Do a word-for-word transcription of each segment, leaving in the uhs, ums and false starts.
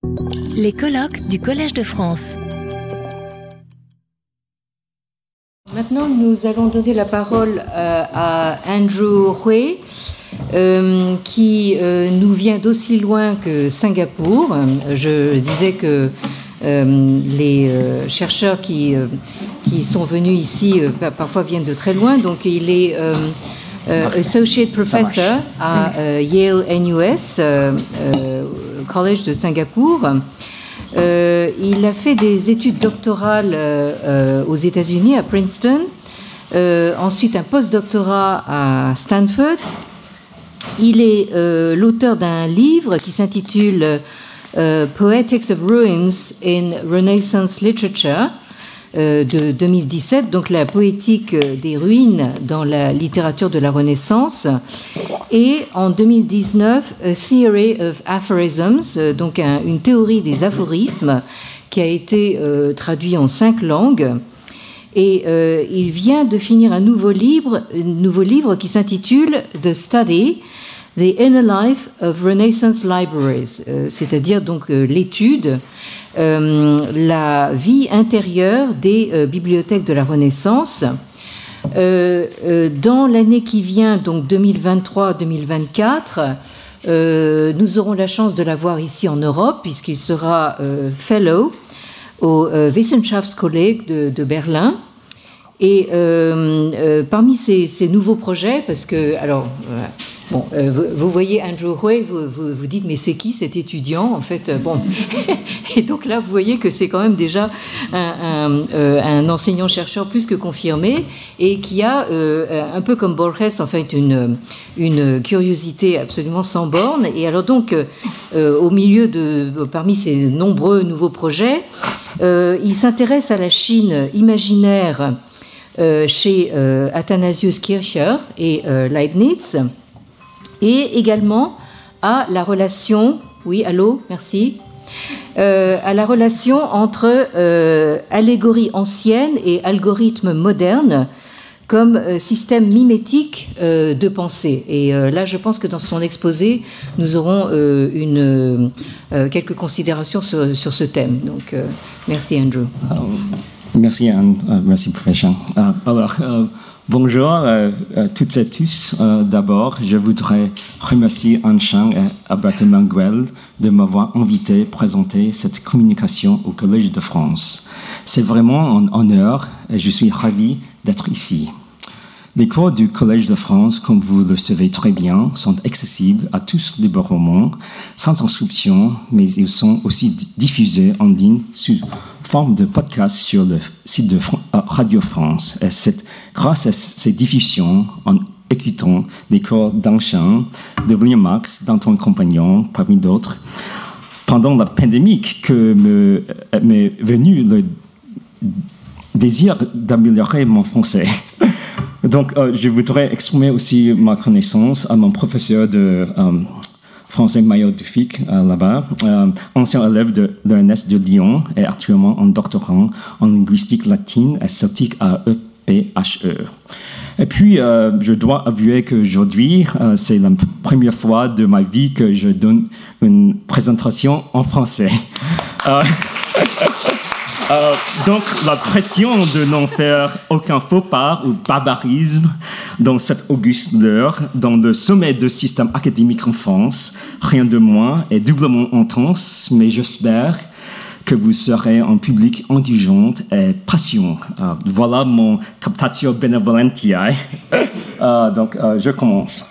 Les colloques du Collège de France. Maintenant, nous allons donner la parole euh, à Andrew Hui, euh, qui euh, nous vient d'aussi loin que Singapour. Je disais que euh, les euh, chercheurs qui, euh, qui sont venus ici euh, parfois viennent de très loin. Donc, il est euh, euh, Associate Professor à euh, Yale N U S, euh, euh, College de Singapour. Euh, il a fait des études doctorales euh, euh, aux États-Unis, à Princeton, euh, ensuite un post-doctorat à Stanford. Il est euh, l'auteur d'un livre qui s'intitule euh, Poetics of Ruins in Renaissance Literature euh, de deux mille dix-sept, donc la poétique des ruines dans la littérature de la Renaissance. Et en deux mille dix-neuf, A Theory of Aphorisms, donc un, une théorie des aphorismes qui a été euh, traduit en cinq langues. Et euh, il vient de finir un nouveau livre, un nouveau livre qui s'intitule The Study, The Inner Life of Renaissance Libraries, euh, c'est-à-dire donc euh, l'étude, euh, la vie intérieure des euh, bibliothèques de la Renaissance. Euh, euh, dans l'année qui vient, donc deux mille vingt-trois deux mille vingt-quatre, euh, nous aurons la chance de l'avoir ici en Europe, puisqu'il sera euh, fellow au euh, Wissenschaftskolleg de, de Berlin. Et euh, euh, parmi ces, ces nouveaux projets, parce que, alors, voilà, bon, euh, vous, vous voyez Andrew Hui, vous, vous, vous dites, mais c'est qui cet étudiant? En fait, euh, bon. Et donc là, vous voyez que c'est quand même déjà un, un, euh, un enseignant-chercheur plus que confirmé et qui a, euh, un peu comme Borges, en fait, une, une curiosité absolument sans borne. Et alors donc, euh, au milieu de, parmi ces nombreux nouveaux projets, euh, il s'intéresse à la Chine imaginaire euh, chez euh, Athanasius Kircher et euh, Leibniz, et également à la relation, oui, allô, merci, euh, à la relation entre euh, allégorie ancienne et algorithme moderne comme euh, système mimétique euh, de pensée. Et euh, là, je pense que dans son exposé, nous aurons euh, une, euh, quelques considérations sur, sur ce thème. Donc, euh, merci Andrew. Merci Anne, euh, merci professeur. Euh, alors, euh, bonjour euh, à toutes et tous. Euh, d'abord, je voudrais remercier Anne Chang et Albert Manguel de m'avoir invité à présenter cette communication au Collège de France. C'est vraiment un honneur et je suis ravi d'être ici. Les cours du Collège de France, comme vous le savez très bien, sont accessibles à tous librement, sans inscription, mais ils sont aussi diffusés en ligne sous forme de podcast sur le site de Radio France. Et c'est grâce à ces diffusions, en écoutant les cours d'Anchin, de William Marx, d'Antoine Compagnon, parmi d'autres, pendant la pandémie, que me, m'est venu le désir d'améliorer mon français. Donc, euh, je voudrais exprimer aussi ma connaissance à mon professeur de euh, français Maillot Duffic, euh, là-bas, euh, ancien élève de l'E N S de Lyon et actuellement en doctorant en linguistique latine et celtique à E P H E. Et puis, euh, je dois avouer qu'aujourd'hui, euh, c'est la première fois de ma vie que je donne une présentation en français. Euh, Euh, donc, la pression de n'en faire aucun faux pas ou barbarisme dans cette auguste heure, dans le sommet du système académique en France, rien de moins, est doublement intense, mais j'espère que vous serez un public indulgent et patient. Euh, voilà mon captatio benevolentiae. euh, donc, euh, je commence.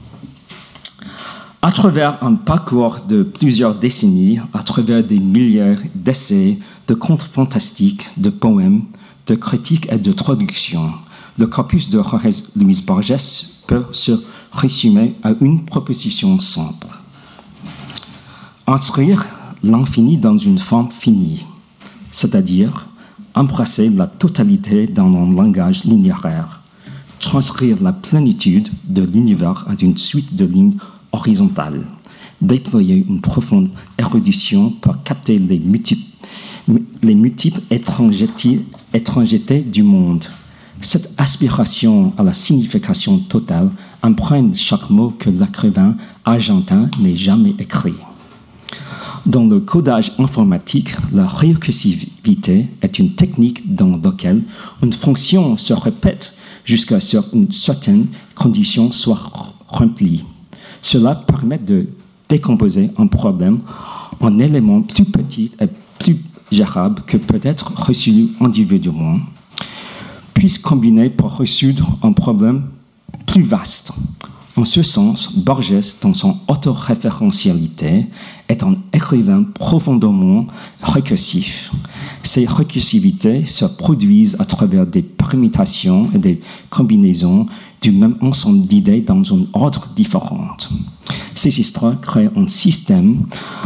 À travers un parcours de plusieurs décennies, à travers des milliers d'essais, de contes fantastiques, de poèmes, de critiques et de traductions, le corpus de Jorge Luis Borges peut se résumer à une proposition simple. Inscrire l'infini dans une forme finie, c'est-à-dire embrasser la totalité dans un langage linéaire, transcrire la plénitude de l'univers à une suite de lignes horizontales, déployer une profonde érudition pour capter les multiples les multiples étrangetés, étrangetés du monde. Cette aspiration à la signification totale imprègne chaque mot que l'écrivain argentin n'ait jamais écrit. Dans le codage informatique, la récursivité est une technique dans laquelle une fonction se répète jusqu'à ce qu'une certaine condition soit remplie. Cela permet de décomposer un problème en éléments plus petits et plus gérables que peut être résolus individuellement, puis combinés pour résoudre un problème plus vaste. En ce sens, Borges, dans son autoréférentialité, est un écrivain profondément récursif. Ces récursivités se produisent à travers des permutations et des combinaisons du même ensemble d'idées dans un ordre différent. Ces histoires créent un système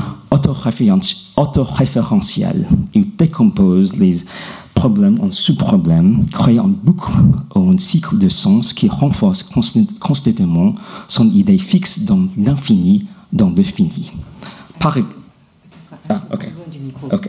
autoréférentiel. Ils décomposent les problème en sous-problème, créer un boucle ou un cycle de sens qui renforce constamment son idée fixe dans l'infini, dans le fini. Par, ah, okay. Okay.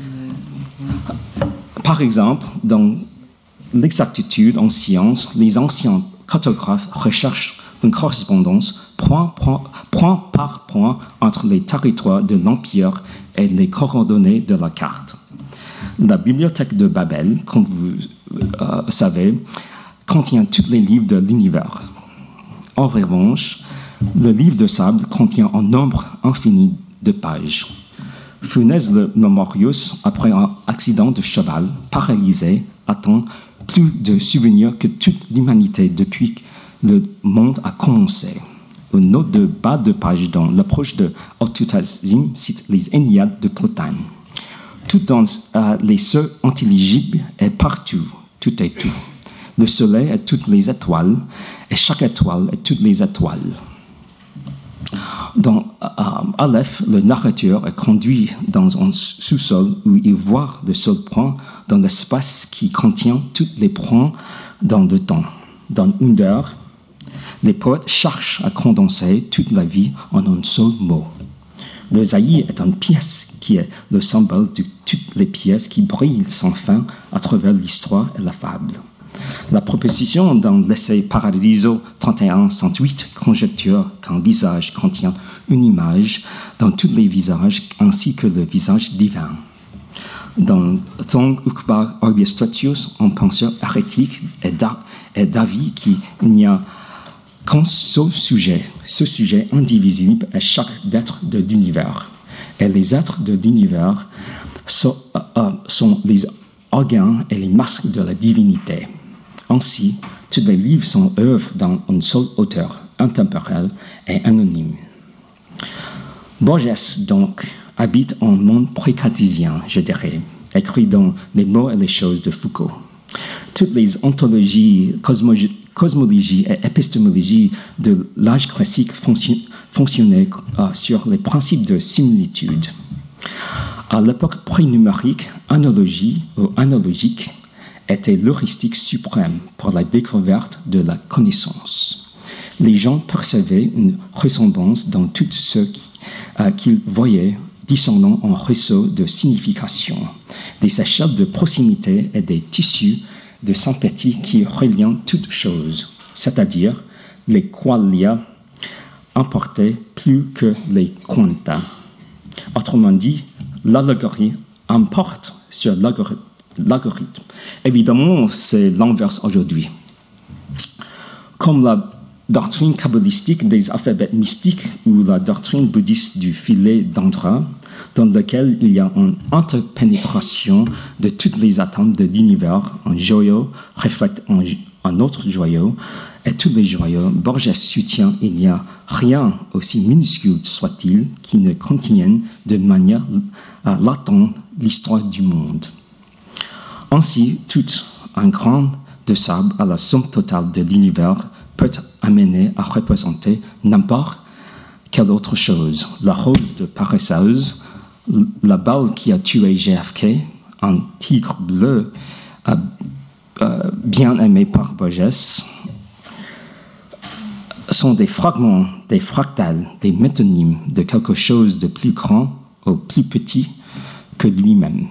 Par exemple, dans l'exactitude en science, les anciens cartographes recherchent une correspondance point, point, point par point entre les territoires de l'Empire et les coordonnées de la carte. La bibliothèque de Babel, comme vous euh, savez, contient tous les livres de l'univers. En revanche, le livre de sable contient un nombre infini de pages. Funès le Memorius, après un accident de cheval, paralysé, attend plus de souvenirs que toute l'humanité depuis que le monde a commencé. Une note de bas de page dans l'approche de Altutazim cite les Ennéades de Plotin. Tout dans euh, les cieux intelligibles est partout, tout est tout. Le soleil est toutes les étoiles, et chaque étoile est toutes les étoiles. Dans euh, Aleph, le narrateur est conduit dans un sous-sol où il voit le seul point dans l'espace qui contient tous les points dans le temps. Dans Under, les poètes cherchent à condenser toute la vie en un seul mot. Le Zaï est une pièce qui est le symbole de toutes les pièces qui brillent sans fin à travers l'histoire et la fable. La proposition dans l'essai Paradiso trente et un cent huit conjecture qu'un visage contient une image dans tous les visages ainsi que le visage divin. Dans Tong Ukbar Orbius Totius, un penseur hérétique est d'avis qu'il n'y a qu'un seul sujet. Ce sujet indivisible est chaque être de l'univers. Et les êtres de l'univers sont, euh, sont les organes et les masques de la divinité. Ainsi, tous les livres sont œuvres dans un seul auteur, intemporel et anonyme. Borges, donc, habite un monde pré-cartésien, je dirais, écrit dans Les mots et les choses de Foucault. Toutes les ontologies, cosmologies, cosmologie et épistémologie de l'âge classique fonctionnaient euh, sur les principes de similitude. À l'époque pré-numérique, analogie ou analogique était l'heuristique suprême pour la découverte de la connaissance. Les gens percevaient une ressemblance dans tout ce euh, qu'ils voyaient, discernant un réseau de signification, des échelles de proximité et des tissus de sympathie qui relient toutes choses, c'est-à-dire les qualia importaient plus que les quanta. Autrement dit, l'allégorie importe sur l'algorithme. Évidemment, c'est l'inverse aujourd'hui. Comme la doctrine kabbalistique des alphabets mystiques ou la doctrine bouddhiste du filet d'Indra, dans lequel il y a une interpénétration de toutes les atomes de l'univers, un joyau reflète un, un autre joyau, et tous les joyaux, Borges soutient qu'il n'y a rien, aussi minuscule soit-il, qui ne contienne de manière euh, latente l'histoire du monde. Ainsi, tout un grain de sable à la somme totale de l'univers peut amener à représenter n'importe quelle autre chose. La rose de Paracelse, la balle qui a tué J F K, un tigre bleu euh, euh, bien aimé par Borges, sont des fragments, des fractales, des métonymes de quelque chose de plus grand ou plus petit que lui-même.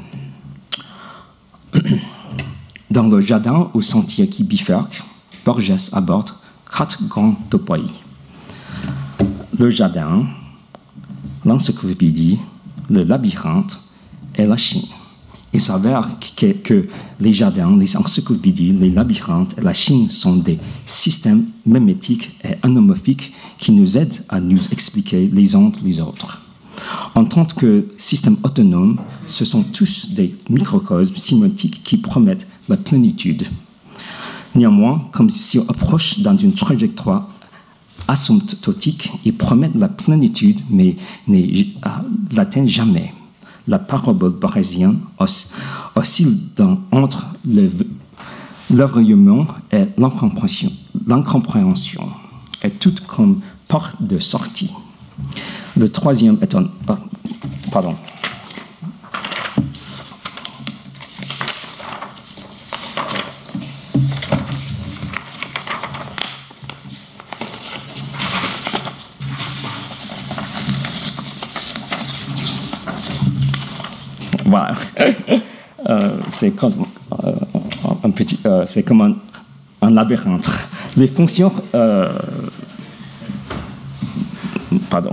Dans le jardin au sentier qui bifurque, Borges aborde quatre grands topoïs. Le jardin, l'encyclopédie, le labyrinthe et la Chine. Il s'avère que, que les jardins, les encyclopédies, les labyrinthes et la Chine sont des systèmes mémétiques et anamorphiques qui nous aident à nous expliquer les uns les autres. En tant que système autonome, ce sont tous des microcosmes sémantiques qui promettent la plénitude. Néanmoins, comme si on approche dans une trajectoire asymptotique, ils promettent la plénitude, mais ne l'atteignent jamais. La parabole bayésienne oscille dans, entre l'éveillement et l'incompréhension, l'incompréhension, et tout comme porte de sortie. Le troisième est un... Oh, pardon. Voilà. euh, c'est comme, euh, un petit, euh, c'est comme un, un labyrinthe. Les fonctions... Euh, pardon.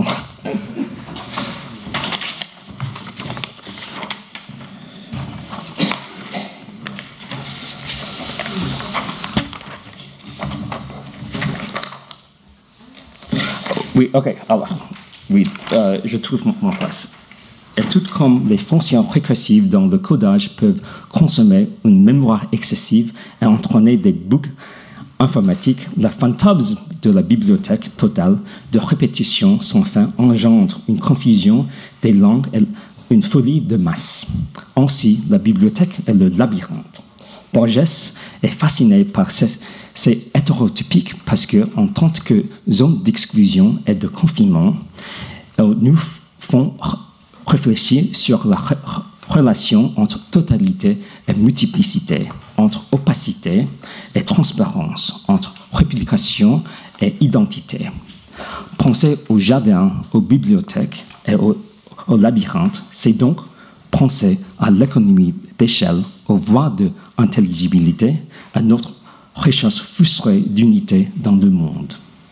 Oui, ok, alors, oui, euh, je trouve mon, mon place. Et tout comme les fonctions récursives dans le codage peuvent consommer une mémoire excessive et entraîner des bugs informatiques, la fantasme de la bibliothèque totale de répétition sans fin engendre une confusion des langues et une folie de masse. Ainsi, la bibliothèque est le labyrinthe. Borges est fasciné par ces, ces hétérotypiques parce que, en tant que zone d'exclusion et de confinement, elles nous font réfléchir sur la re- relation entre totalité et multiplicité, entre opacité et transparence, entre réplication et identité. Penser au jardin, aux bibliothèques et au, au labyrinthe, c'est donc penser à l'économie d'échelle, aux voies d'intelligibilité, à notre recherche frustrée d'unité dans le monde.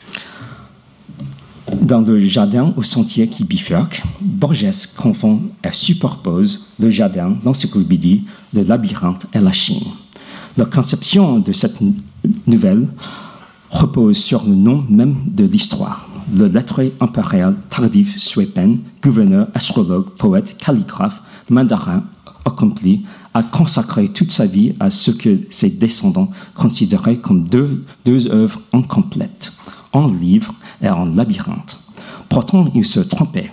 Dans le jardin au sentier qui bifurque, Borges confond et superpose le jardin, l'encyclopédie, le labyrinthe et la Chine. La conception de cette nouvelle repose sur le nom même de l'histoire. Le lettré impérial tardif Suépen, gouverneur, astrologue, poète, calligraphe, mandarin accompli, a consacré toute sa vie à ce que ses descendants considéraient comme deux, deux œuvres incomplètes, un livre et un labyrinthe. Pourtant, il se trompait.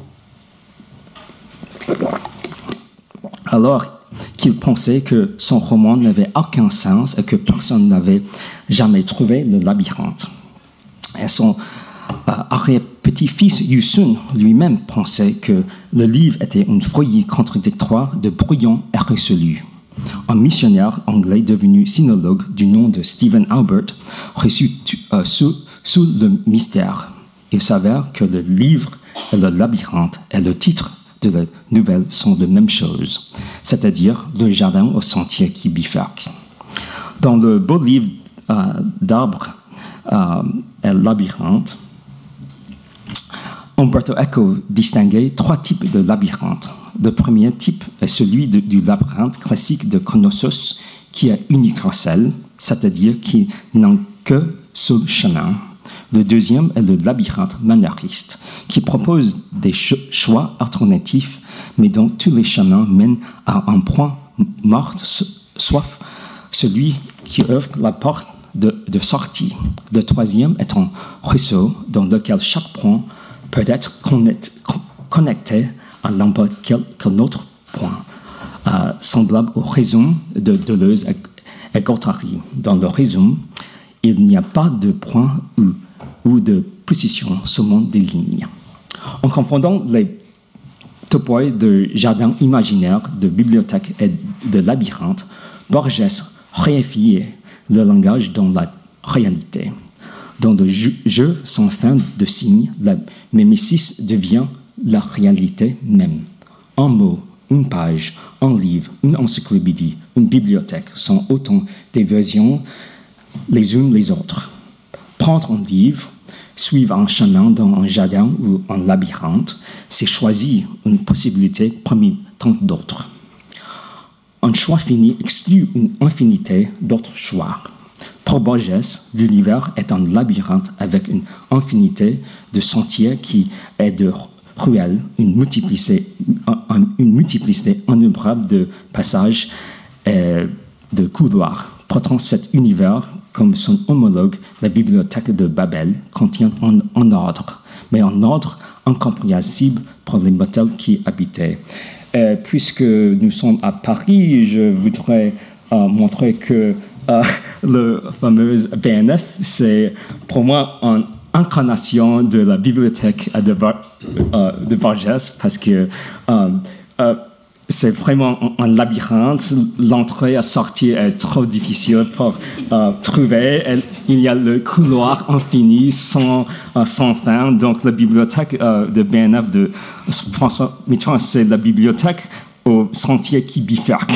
Alors qu'il pensait que son roman n'avait aucun sens et que personne n'avait jamais trouvé le labyrinthe. Et son euh, arrière-petit-fils Yusun lui-même pensait que le livre était une feuille contradictoire de brouillon irrésolu. Un missionnaire anglais devenu sinologue du nom de Stephen Albert reçut euh, sous, sous le mystère. Il s'avère que le livre et le labyrinthe et le titre de la nouvelle sont la même chose, c'est-à-dire le jardin au sentier qui bifurque. Dans le beau livre euh, d'Arbre euh, et labyrinthe, Umberto Eco distinguait trois types de labyrinthes. Le premier type est celui de, du labyrinthe classique de Knossos, qui est universel, c'est-à-dire qui n'a que seul chemin. Le deuxième est le labyrinthe maniériste, qui propose des choix alternatifs, mais dont tous les chemins mènent à un point mort, sauf celui qui offre la porte de, de sortie. Le troisième est un ruisseau dans lequel chaque point peut être connecté à n'importe quel, quel autre point, euh, semblable au rhizome de Deleuze et, et Guattari. Dans le rhizome, il n'y a pas de point où ou de position, seulement des lignes. En confondant les topoi de jardin imaginaire, de bibliothèque et de labyrinthe, Borges réifiait le langage dans la réalité. Dans le jeu sans fin de signes, la mémésis devient la réalité même. Un mot, une page, un livre, une encyclopédie, une bibliothèque sont autant des versions les unes les autres. Prendre un livre, suivre un chemin dans un jardin ou un labyrinthe, c'est choisir une possibilité parmi tant d'autres. Un choix fini exclut une infinité d'autres choix. Pour Borges, l'univers est un labyrinthe avec une infinité de sentiers qui est de ruelles, une multiplicité, une multiplicité innombrable de passages et de couloirs. Pourtant, cet univers, comme son homologue, la bibliothèque de Babel, contient un, un ordre, mais un ordre incompréhensible pour les mortels qui habitaient. Et puisque nous sommes à Paris, je voudrais euh, montrer que euh, le fameux B N F, c'est pour moi une incarnation de la bibliothèque de, Bar- euh, de Borges, parce que euh, euh, c'est vraiment un, un labyrinthe. L'entrée à sortir est trop difficile pour euh, trouver. Elle, il y a le couloir infini sans, euh, sans fin. Donc, la bibliothèque euh, de B N F de François Mitterrand, c'est la bibliothèque au sentier qui bifurque.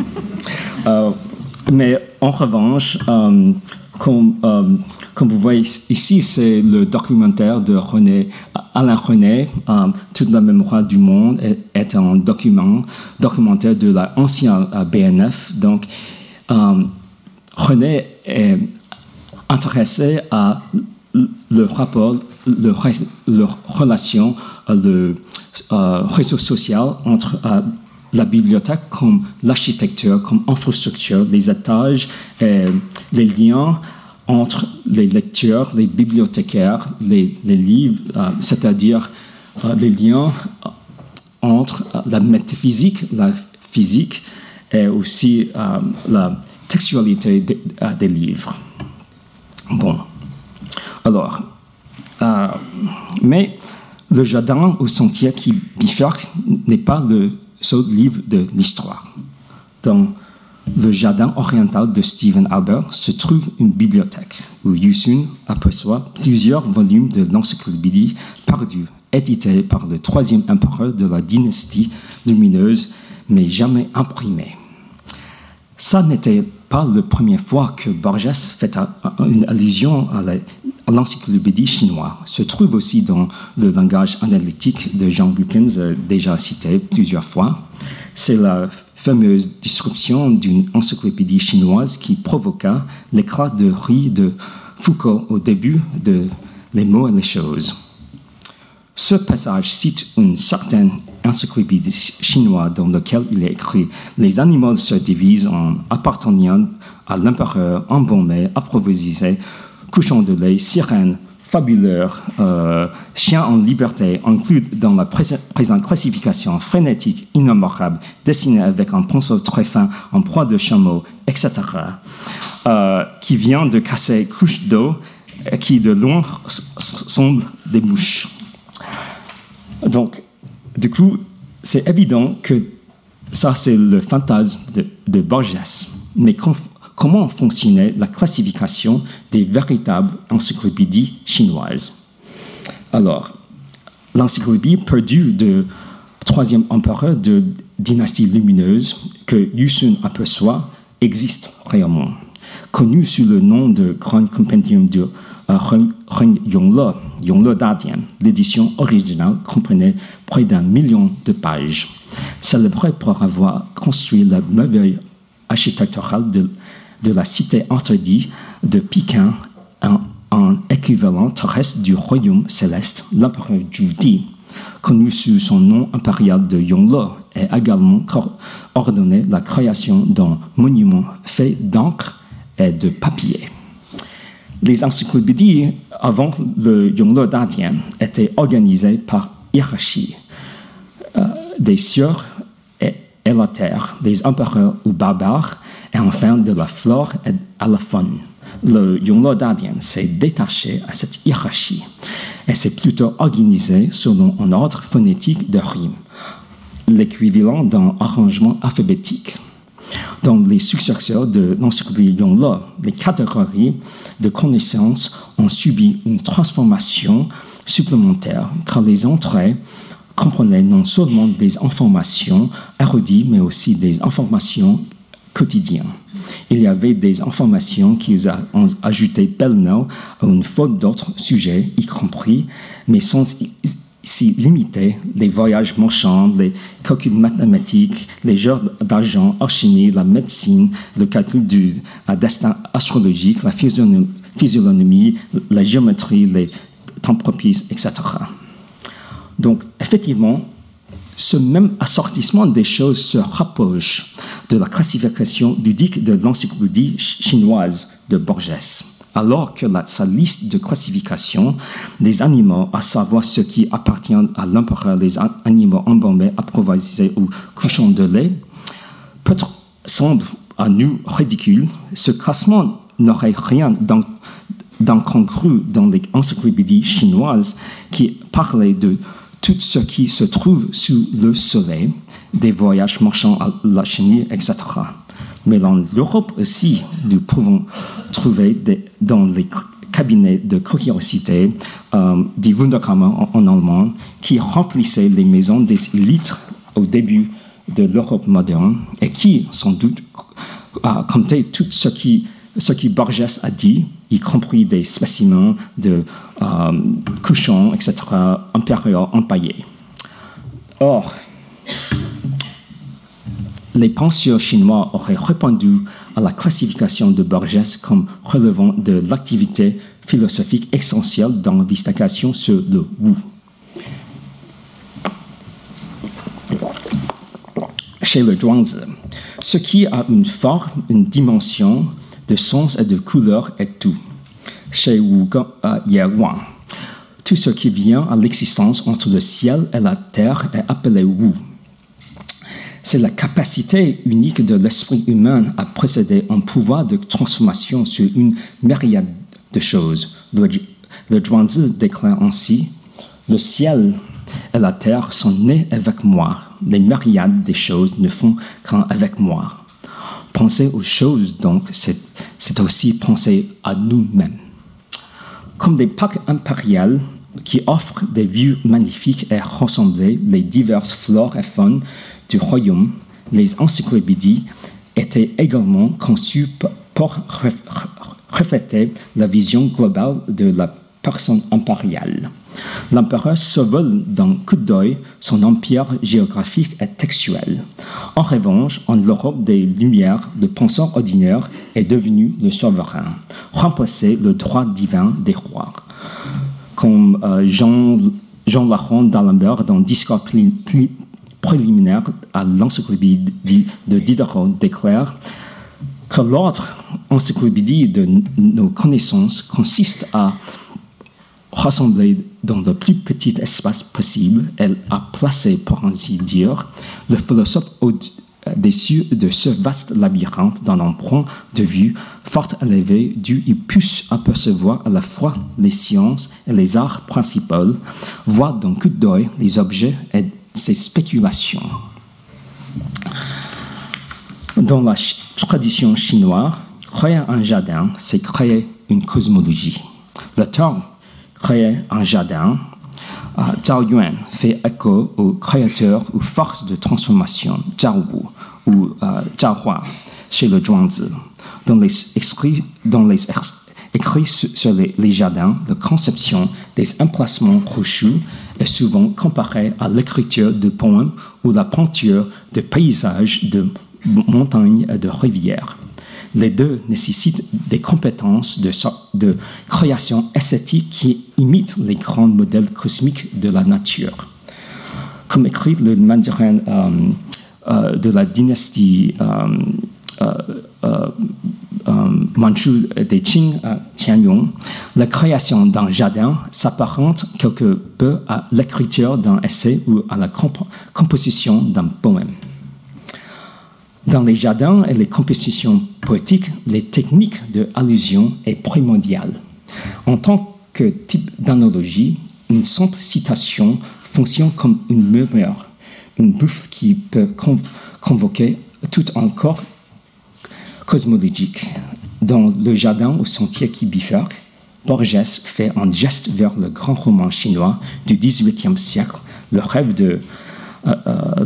euh, mais en revanche, euh, comme, euh, comme vous voyez ici, c'est le documentaire de René, Alain René, euh, Toute la mémoire du monde, est, est un document, documentaire de l'ancien euh, B N F. Donc, euh, René est intéressé à le rapport, le, le relation, le euh, réseau social entre euh, la bibliothèque comme l'architecture, comme infrastructure, les étages, et les liens entre les lecteurs, les bibliothécaires, les, les livres, euh, c'est-à-dire euh, les liens entre euh, la métaphysique, la physique et aussi euh, la textualité de, euh, des livres. Bon, alors, euh, mais le jardin au sentier qui bifurque n'est pas le seul livre de l'histoire. Dans le jardin oriental de Stephen Albert se trouve une bibliothèque où Yusun aperçoit plusieurs volumes de l'encyclopédie perdue, éditée par le troisième empereur de la dynastie lumineuse, mais jamais imprimée. Ça n'était pas la première fois que Borges fait une allusion à l'encyclopédie chinoise. Se trouve aussi dans le langage analytique de Jean Buchan, déjà cité plusieurs fois. C'est la fameuse description d'une encyclopédie chinoise qui provoqua l'éclat de rire de Foucault au début de Les mots et les choses. Ce passage cite une certaine encyclopédie chinoise dans laquelle il est écrit « Les animaux se divisent en appartenant à l'empereur, embaumés, approvisionné, couchons de lait, sirènes, fabuleurs, euh, chiens en liberté, inclus dans la pré- présente classification frénétique, innombrable, dessinée avec un pinceau très fin, en proie de chameau, et cetera, euh, qui vient de casser couche d'eau, et qui de loin semble des mouches. » Donc, du coup, c'est évident que ça, c'est le fantasme de, de Borges. Mais com- comment fonctionnait la classification des véritables encyclopédies chinoises? Alors, l'encyclopédie perdue du troisième empereur de dynastie lumineuse que Yusun aperçoit existe réellement. Connu sous le nom de Grand Compendium de Ren Yongle, Yongle Dadian, l'édition originale comprenait près d'un million de pages. Célébré pour avoir construit la merveille architecturale de, de la cité interdite de Pékin, un, un équivalent terrestre du royaume céleste, l'empereur Zhu, connu sous son nom impérial de Yongle, a également ordonné la création d'un monument fait d'encre et de papier. Les encyclopédies avant le Yongle Dadian étaient organisées par hiérarchie euh, des cieux et, et la terre, des empereurs ou barbares, et enfin de la flore et à la faune. Le Yongle Dadian s'est détaché à cette hiérarchie et s'est plutôt organisé selon un ordre phonétique de rimes, l'équivalent d'un arrangement alphabétique. Dans les successeurs de l'encyclopédie Yongle, les catégories de connaissances ont subi une transformation supplémentaire car les entrées comprenaient non seulement des informations érudites mais aussi des informations quotidien. Il y avait des informations qui ont ajouté pêle-mêle à une faute d'autres sujets, y compris, mais sans s'y limiter, les voyages marchands, les calculs mathématiques, les jeux d'argent, alchimie, la médecine, le calcul du destin astrologique, la physionomie, la géométrie, les temps propices, et cetera. Donc, effectivement, ce même assortissement des choses se rapproche de la classification ludique de l'encyclopédie chinoise de Borges, alors que la, sa liste de classification des animaux, à savoir ceux qui appartiennent à l'empereur, les animaux embaumés, improvisés ou couchons de lait, peut semble à nous ridicule. Ce classement n'aurait rien d'incongru dans les encyclopédies chinoises qui parlaient de tout ce qui se trouve sous le soleil, des voyages marchands à la Chine, et cetera. Mais dans l'Europe aussi, nous pouvons trouver des, dans les cabinets de curiosité euh, des Wunderkammer en, en allemand qui remplissaient les maisons des élites au début de l'Europe moderne et qui, sans doute, a compté tout ce qui ce que Borges a dit, y compris des spécimens de euh, couchons, et cetera, impériaux empaillés. Or, les penseurs chinois auraient répondu à la classification de Borges comme relevant de l'activité philosophique essentielle dans l'investigation sur le Wu. Chez le Zhuangzi, ce qui a une forme, une dimension, de sens et de couleur est tout. Chez Wu euh, Ye-Wang, tout ce qui vient à l'existence entre le ciel et la terre est appelé Wu. C'est la capacité unique de l'esprit humain à posséder un pouvoir de transformation sur une myriade de choses. Le, le Zhuangzi déclare ainsi « Le ciel et la terre sont nés avec moi. Les myriades des choses ne font qu'un avec moi. » Penser aux choses, donc, c'est, c'est aussi penser à nous-mêmes. Comme des parcs impériaux qui offrent des vues magnifiques et rassembler les diverses flores et faunes du royaume, les encyclopédies étaient également conçues pour refléter la vision globale de la personne impériale. L'empereur survole d'un coup d'œil son empire géographique et textuel. En revanche, en l'Europe des Lumières, le penseur ordinaire est devenu le souverain, remplacé le droit divin des rois. Comme euh, Jean, Jean Laurent d'Alembert, dans Discours préliminaire à l'encyclopédie de Diderot, déclare que l'ordre encyclopédie de nos connaissances consiste à rassembler dans le plus petit espace possible et à placer, pour ainsi dire, le philosophe au-dessus de ce vaste labyrinthe dans un point de vue fort élevé d'où il puisse apercevoir à la fois les sciences et les arts principaux, voir d'un coup d'œil les objets et ses spéculations. Dans la ch- tradition chinoise, créer un jardin, c'est créer une cosmologie. Le terme créer un jardin, uh, Zhao Yuan fait écho au créateur ou force de transformation, Zhao Wu, ou uh, Zhao Hua, chez le Zhuangzi. Dans les écrits, dans les écrits sur les, les jardins, la conception des emplacements rocheux est souvent comparée à l'écriture de poèmes ou la peinture de paysages, de montagnes et de rivières. Les deux nécessitent des compétences de, de création esthétique qui imitent les grands modèles cosmiques de la nature. Comme écrit le mandarin euh, euh, de la dynastie euh, euh, euh, euh, manchoue des Qing, euh, Tianyong, la création d'un jardin s'apparente quelque peu à l'écriture d'un essai ou à la comp- composition d'un poème. Dans les jardins et les compositions poétiques, les techniques de allusion est primordiale. En tant que type d'analogie, une simple citation fonctionne comme une murmure, une bouffe qui peut convoquer tout un corps cosmologique. Dans le jardin au sentier qui bifurque, Borges fait un geste vers le grand roman chinois du dix-huitième siècle, le rêve de euh, euh, le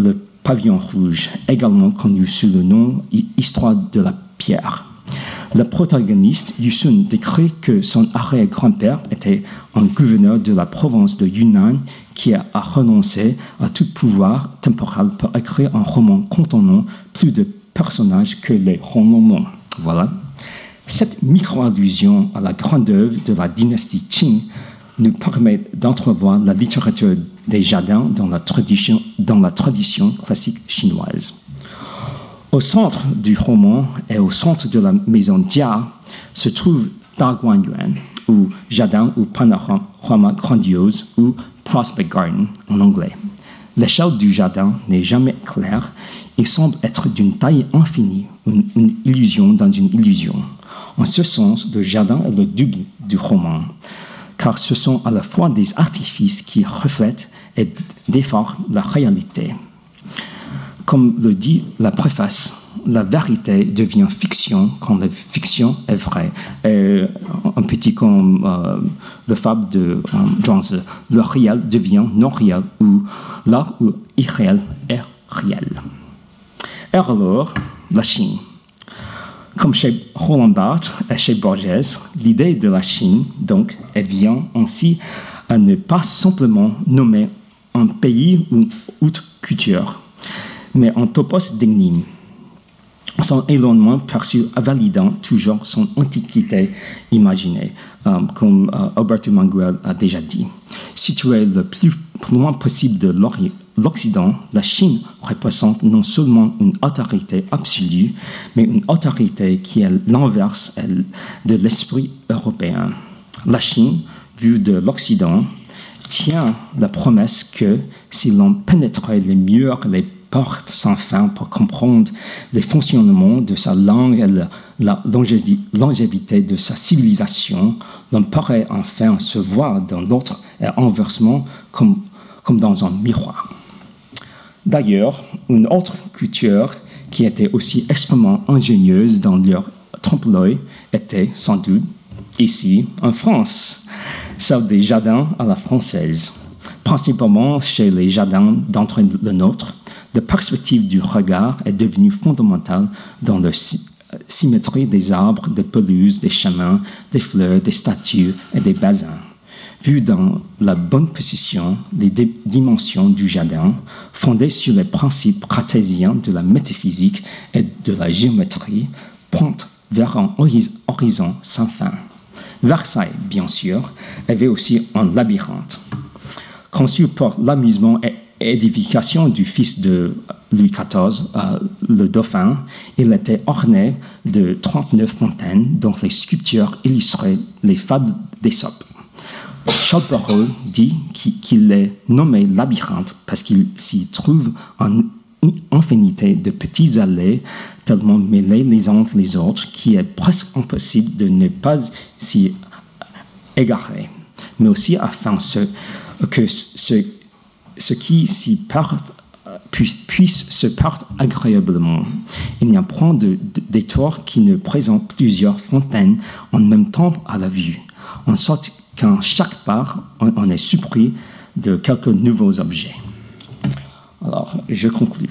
Pavillon rouge, également connu sous le nom Histoire de la pierre. Le protagoniste, Yusun, décrit que son arrière-grand-père était un gouverneur de la province de Yunnan qui a renoncé à tout pouvoir temporel pour écrire un roman contenant plus de personnages que les romans. Voilà. Cette micro-allusion à la grande œuvre de la dynastie Qing nous permet d'entrevoir la littérature des jardins dans la tradition, dans la tradition classique chinoise. Au centre du roman et au centre de la maison Jia se trouve Daguanyuan, ou jardin ou panorama grandiose, ou prospect garden en anglais. L'échelle du jardin n'est jamais claire, il semble être d'une taille infinie, une, une illusion dans une illusion. En ce sens, le jardin est le double du roman, car ce sont à la fois des artifices qui reflètent et déforment la réalité. Comme le dit la préface, la vérité devient fiction quand la fiction est vraie. Et un petit comme euh, le fable de euh, Zhuangzi, le réel devient non réel, ou là où irréel est réel. Et alors, la Chine. Comme chez Roland Barthes et chez Borges, l'idée de la Chine, donc, elle vient ainsi à ne pas simplement nommer un pays ou une autre culture, mais un topos d'énigme. Son éloignement perçu validant toujours son antiquité imaginée, euh, comme euh, Alberto Manguel a déjà dit. Située le plus loin possible de l'Occident, la Chine représente non seulement une autorité absolue, mais une autorité qui est l'inverse de l'esprit européen. La Chine, vue de l'Occident, tient la promesse que si l'on pénétrait les murs, les portes sans fin pour comprendre les fonctionnements de sa langue et la, la longévité de sa civilisation, l'on pourrait enfin se voir dans l'autre et inversement comme, comme dans un miroir. D'ailleurs, une autre culture qui était aussi extrêmement ingénieuse dans leur trompe-l'œil était sans doute ici en France, celle des jardins à la française, principalement chez les jardins d'entre le nôtre. La perspective du regard est devenue fondamentale dans la sy- symétrie des arbres, des pelouses, des chemins, des fleurs, des statues et des bassins. Vu dans la bonne position, les d- dimensions du jardin, fondées sur les principes cartésiens de la métaphysique et de la géométrie, pointent vers un horizon sans fin. Versailles, bien sûr, avait aussi un labyrinthe. Conçu pour l'amusement et édification du fils de Louis quatorze, euh, le dauphin, il était orné de trente-neuf fontaines dont les sculptures illustraient les fables d'Ésope. Charles Perrault dit qu'il est nommé labyrinthe parce qu'il s'y trouve une infinité de petits allées tellement mêlés les uns les autres qu'il est presque impossible de ne pas s'y égarer, mais aussi afin ce, que ce ce qui s'y porte puisse se porter agréablement. Il n'y a point de, de détour qui ne présente plusieurs fontaines en même temps à la vue, en sorte qu'en chaque part, on, on est surpris de quelques nouveaux objets. Alors, je conclue.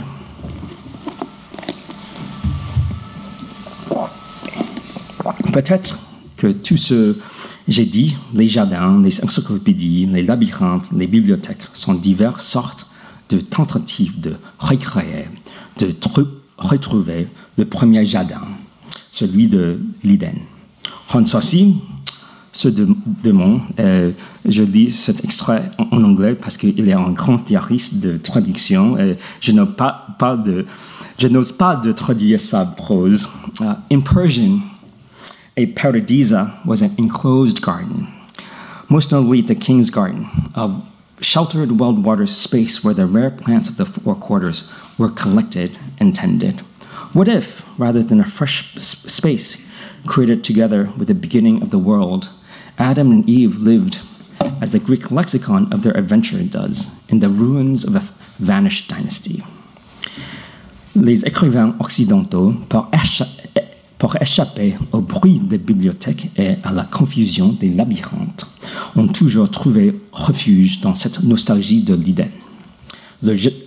Peut-être que tout ce j'ai dit, les jardins, les encyclopédies, les labyrinthes, les bibliothèques sont diverses sortes de tentatives de recréer, de tr- retrouver le premier jardin, celui de l'Éden. Hans Sossi se demande, euh, je lis cet extrait en, en anglais parce qu'il est un grand théoriste de traduction et je n'ose pas, pas, de, je n'ose pas de traduire sa prose. Uh, in Persian, a paradisa was an enclosed garden, most notably the king's garden, a sheltered well-watered space where the rare plants of the four quarters were collected and tended. What if, rather than a fresh space created together with the beginning of the world, Adam and Eve lived, as the Greek lexicon of their adventure does, in the ruins of a vanished dynasty? Les écrivains occidentaux, par Pour échapper au bruit des bibliothèques et à la confusion des labyrinthes, ont toujours trouvé refuge dans cette nostalgie de l'Éden. Le,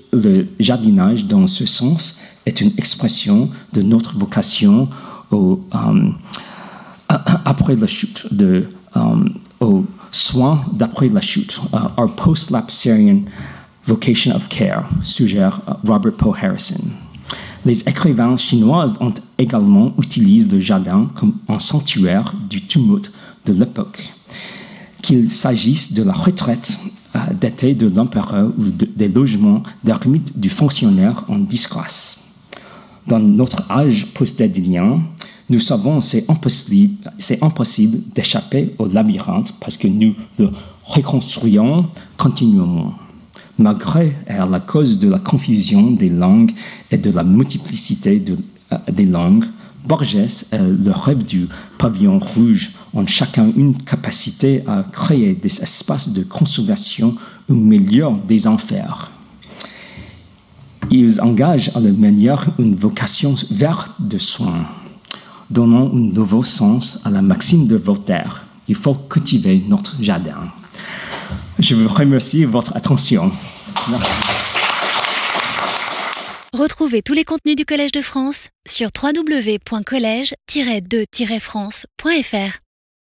le jardinage, dans ce sens, est une expression de notre vocation au, um, après la chute, de, um, aux soins d'après la chute, uh, our post-lapsarian vocation of care, suggère uh, Robert Poe Harrison. Les écrivains chinois ont également utilisé le jardin comme un sanctuaire du tumulte de l'époque, qu'il s'agisse de la retraite euh, d'été de l'empereur ou de, des logements d'ermite du fonctionnaire en disgrâce. Dans notre âge post-adilien, nous savons que c'est impossible, c'est impossible d'échapper au labyrinthe parce que nous le reconstruisons continuellement. Malgré la cause de la confusion des langues et de la multiplicité de, euh, des langues, Borges et le rêve du pavillon rouge ont chacun une capacité à créer des espaces de consolation au milieu des enfers. Ils engagent à la manière une vocation verte de soins, donnant un nouveau sens à la maxime de Voltaire. Il faut cultiver notre jardin. Je vous remercie de votre attention. Merci. Retrouvez tous les contenus du Collège de France sur w w w point collège tiret de tiret france point f r.